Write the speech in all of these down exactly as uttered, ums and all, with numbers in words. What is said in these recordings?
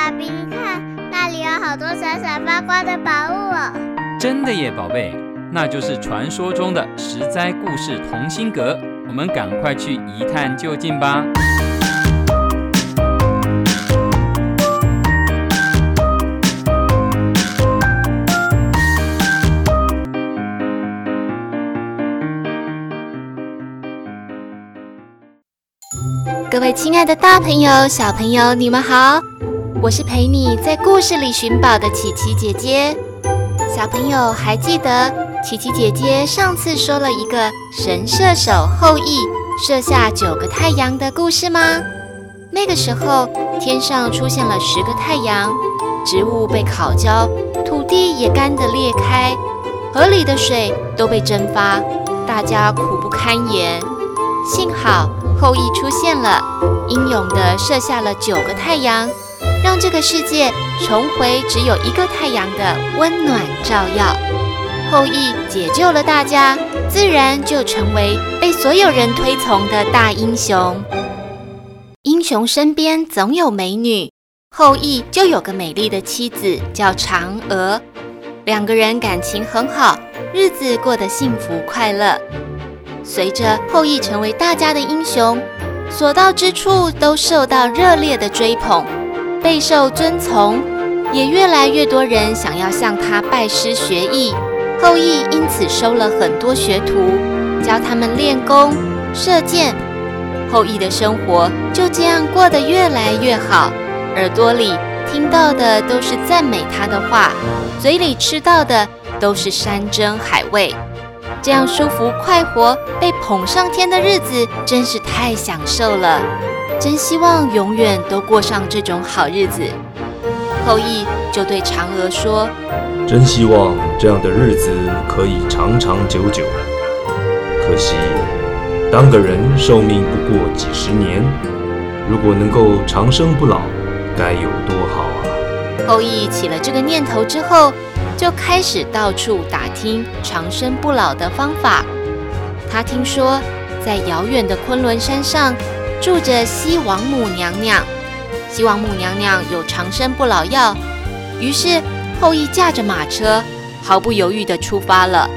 爸比，你看那里有好多闪闪发光的宝物哦。 真的耶，宝贝，那就是传说中的十灾故事同心阁，我们赶快去一探究竟吧。 各位亲爱的大朋友、小朋友，你们好！我是陪你在故事里寻宝的琪琪姐姐。小朋友还记得琪琪姐姐上次说了一个神射手后羿射下九个太阳的故事吗？那个时候天上出现了十个太阳，植物被烤焦，土地也干得裂开，河里的水都被蒸发，大家苦不堪言。幸好后羿出现了，英勇地射下了九个太阳，让这个世界重回只有一个太阳的温暖照耀。后羿解救了大家，自然就成为被所有人推崇的大英雄。英雄身边总有美女，后羿就有个美丽的妻子叫嫦娥，两个人感情很好，日子过得幸福快乐。随着后羿成为大家的英雄，所到之处都受到热烈的追捧，备受尊崇，也越来越多人想要向他拜师学艺。后羿因此收了很多学徒，教他们练功、射箭。后羿的生活就这样过得越来越好，耳朵里听到的都是赞美他的话，嘴里吃到的都是山珍海味。这样舒服快活、被捧上天的日子真是太享受了，真希望永远都过上这种好日子。后羿就对嫦娥说： 真希望这样的日子可以长长久久，可惜当个人寿命不过几十年，如果能够长生不老，该有多好啊！ 后羿起了这个念头之后，就开始到处打听长生不老的方法。他听说在遥远的昆仑山上住着西王母娘娘，西王母娘娘有长生不老药，于是后羿驾着马车毫不犹豫地出发了。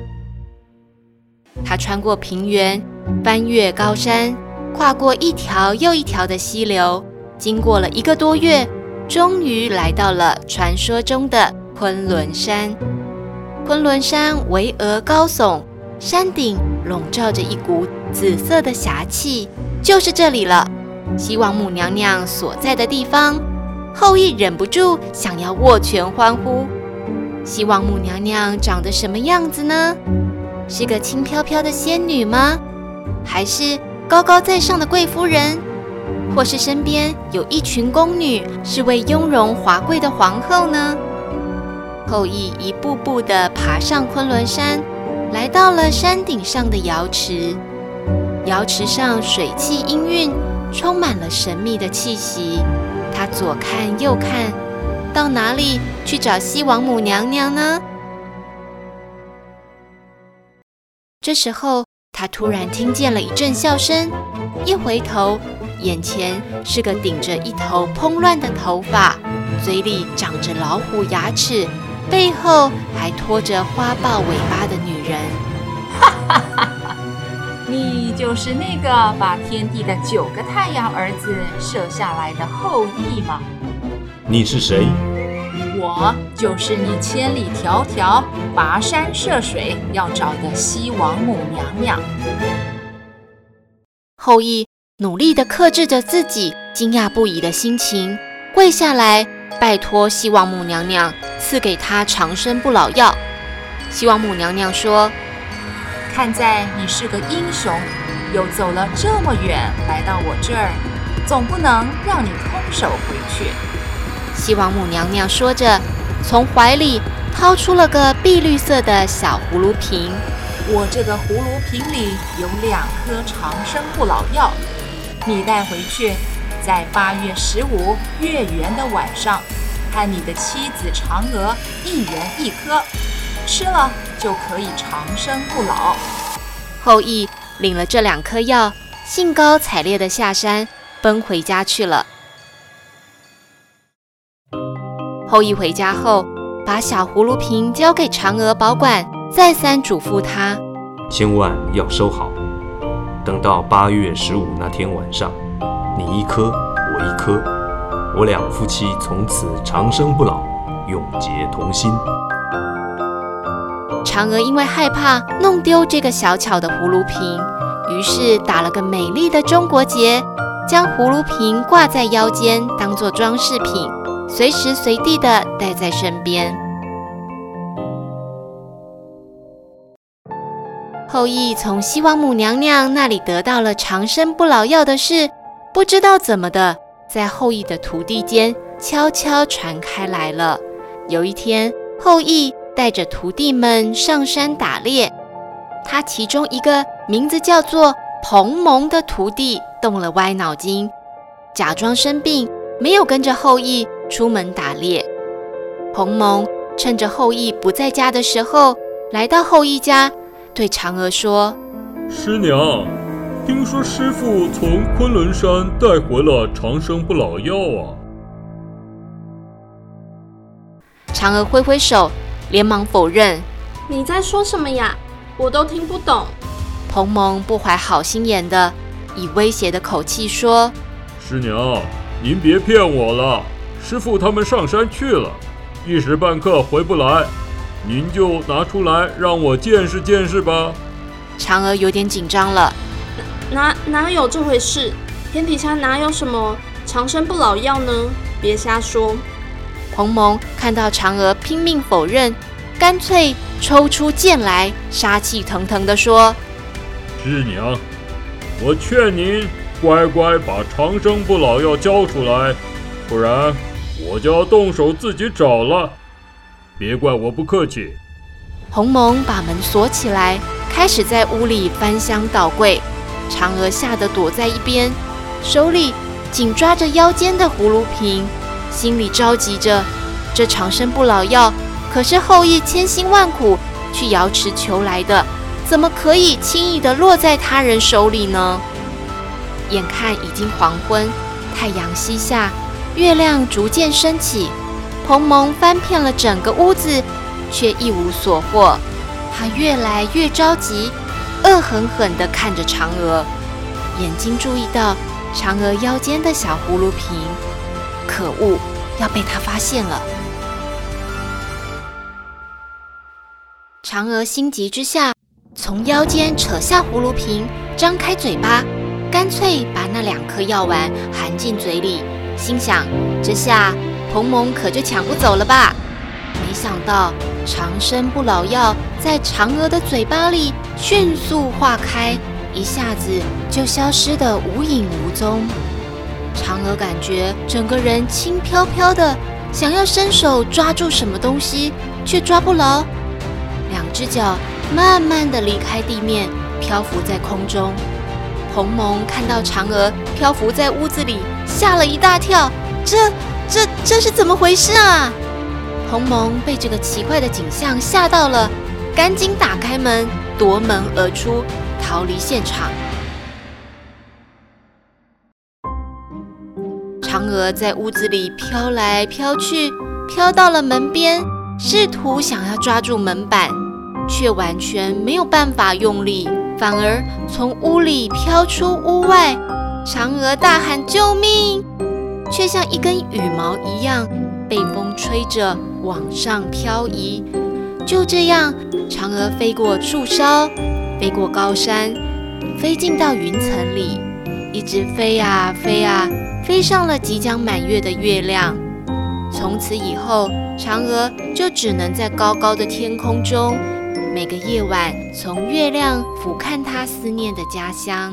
他穿过平原，翻越高山，跨过一条又一条的溪流，经过了一个多月，终于来到了传说中的昆仑山。昆仑山巍峨高耸，山顶笼罩着一股紫色的霞气，就是这里了，西王母娘娘所在的地方。后羿忍不住想要握拳欢呼。西王母娘娘长得什么样子呢？是个轻飘飘的仙女吗？还是高高在上的贵夫人？或是身边有一群宫女，是位雍容华贵的皇后呢？后羿一步步地爬上昆仑山，来到了山顶上的瑶池。瑶池上水气氤氲，充满了神秘的气息。他左看右看，到哪里去找西王母娘娘呢？这时候，他突然听见了一阵笑声，一回头，眼前是个顶着一头蓬乱的头发，嘴里长着老虎牙齿，背后还拖着花豹尾巴的女人。 哈哈哈哈！你就是那个把天帝的九个太阳儿子射下来的后羿吗？ 你是谁？ 我就是你千里迢迢跋山涉水要找的西王母娘娘。 后羿努力地克制着自己惊讶不已的心情，跪下来拜托西王母娘娘赐给他长生不老药。西王母娘娘说： 看在你是个英雄，又走了这么远来到我这儿，总不能让你空手回去。 西王母娘娘说着，从怀里掏出了个碧绿色的小葫芦瓶。 我这个葫芦瓶里有两颗长生不老药，你带回去，在八月十五月圆的晚上，和你的妻子嫦娥一人一颗，吃了就可以长生不老。 后羿领了这两颗药，兴高采烈地下山，奔回家去了。 后羿回家后，把小葫芦瓶交给嫦娥保管，再三嘱咐她， 千万要收好。等到八月十五那天晚上，你一颗，我一颗，我俩夫妻从此长生不老，永结同心。 嫦娥因为害怕弄丢这个小巧的葫芦瓶，于是打了个美丽的中国结，将葫芦瓶挂在腰间，当作装饰品，随时随地的带在身边。后羿从西王母娘娘那里得到了长生不老药的事，不知道怎么的，在后羿的徒弟间悄悄传开来了。有一天，后羿带着徒弟们上山打猎，他其中一个名字叫做彭蒙的徒弟动了歪脑筋，假装生病，没有跟着后羿出门打猎。彭蒙趁着后羿不在家的时候，来到后羿家，对嫦娥说： 师娘，听说师父从昆仑山带回了长生不老药啊。 嫦娥挥挥手，连忙否认： 你在说什么呀？我都听不懂。 彭蒙不怀好心眼的以威胁的口气说： 师娘，您别骗我了，师父他们上山去了，一时半刻回不来，您就拿出来让我见识见识吧。 嫦娥有点紧张了， 哪哪有这回事？天底下哪有什么长生不老药呢？别瞎说。 彭蒙看到嫦娥拼命否认，干脆抽出剑来，杀气腾腾地说： 师娘，我劝您乖乖把长生不老药交出来，不然我就要动手自己找了，别怪我不客气。 彭蒙把门锁起来，开始在屋里翻箱倒柜。嫦娥吓得躲在一边，手里紧抓着腰间的葫芦瓶，心里着急着，这长生不老药可是后羿千辛万苦去瑶池求来的，怎么可以轻易地落在他人手里呢？眼看已经黄昏，太阳西下，月亮逐渐升起，彭蒙翻遍了整个屋子，却一无所获。他越来越着急，恶狠狠地看着嫦娥，眼睛注意到嫦娥腰间的小葫芦瓶，可恶，要被他发现了。嫦娥心急之下，从腰间扯下葫芦瓶，张开嘴巴，干脆把那两颗药丸含进嘴里，心想这下彭蒙可就抢不走了吧。没想到长生不老药在嫦娥的嘴巴里迅速化开，一下子就消失得无影无踪。嫦娥感觉整个人轻飘飘的，想要伸手抓住什么东西，却抓不牢，两只脚慢慢地离开地面，漂浮在空中。彭蒙看到嫦娥漂浮在屋子里，吓了一大跳，这这这是怎么回事啊？彭蒙被这个奇怪的景象吓到了，赶紧打开门，夺门而出，逃离现场。嫦娥在屋子里飘来飘去，飘到了门边，试图想要抓住门板，却完全没有办法用力，反而从屋里飘出屋外。嫦娥大喊救命，却像一根羽毛一样被风吹着往上漂移。就这样，嫦娥飞过树梢，飞过高山，飞进到云层里，一直飞啊飞啊，飞上了即将满月的月亮。从此以后，嫦娥就只能在高高的天空中，每个夜晚从月亮俯瞰她思念的家乡。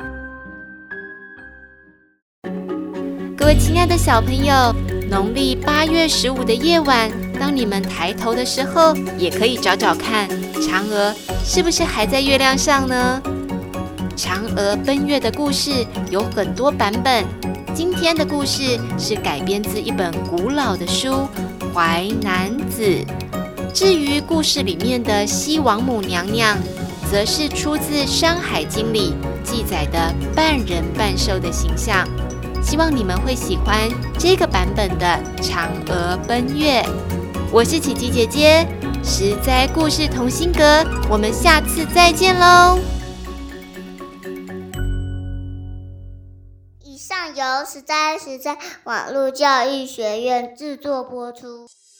各位亲爱的小朋友，农历八月十五的夜晚，当你们抬头的时候，也可以找找看，嫦娥是不是还在月亮上呢？嫦娥奔月的故事有很多版本，今天的故事是改编自一本古老的书《淮南子》。至于故事里面的西王母娘娘，则是出自《山海经》里记载的半人半兽的形象。希望你们会喜欢这个版本的《嫦娥奔月》。我是琪琪姐姐，实在故事同心阁，我们下次再见喽！ 以上由实在实在网络教育学院制作播出。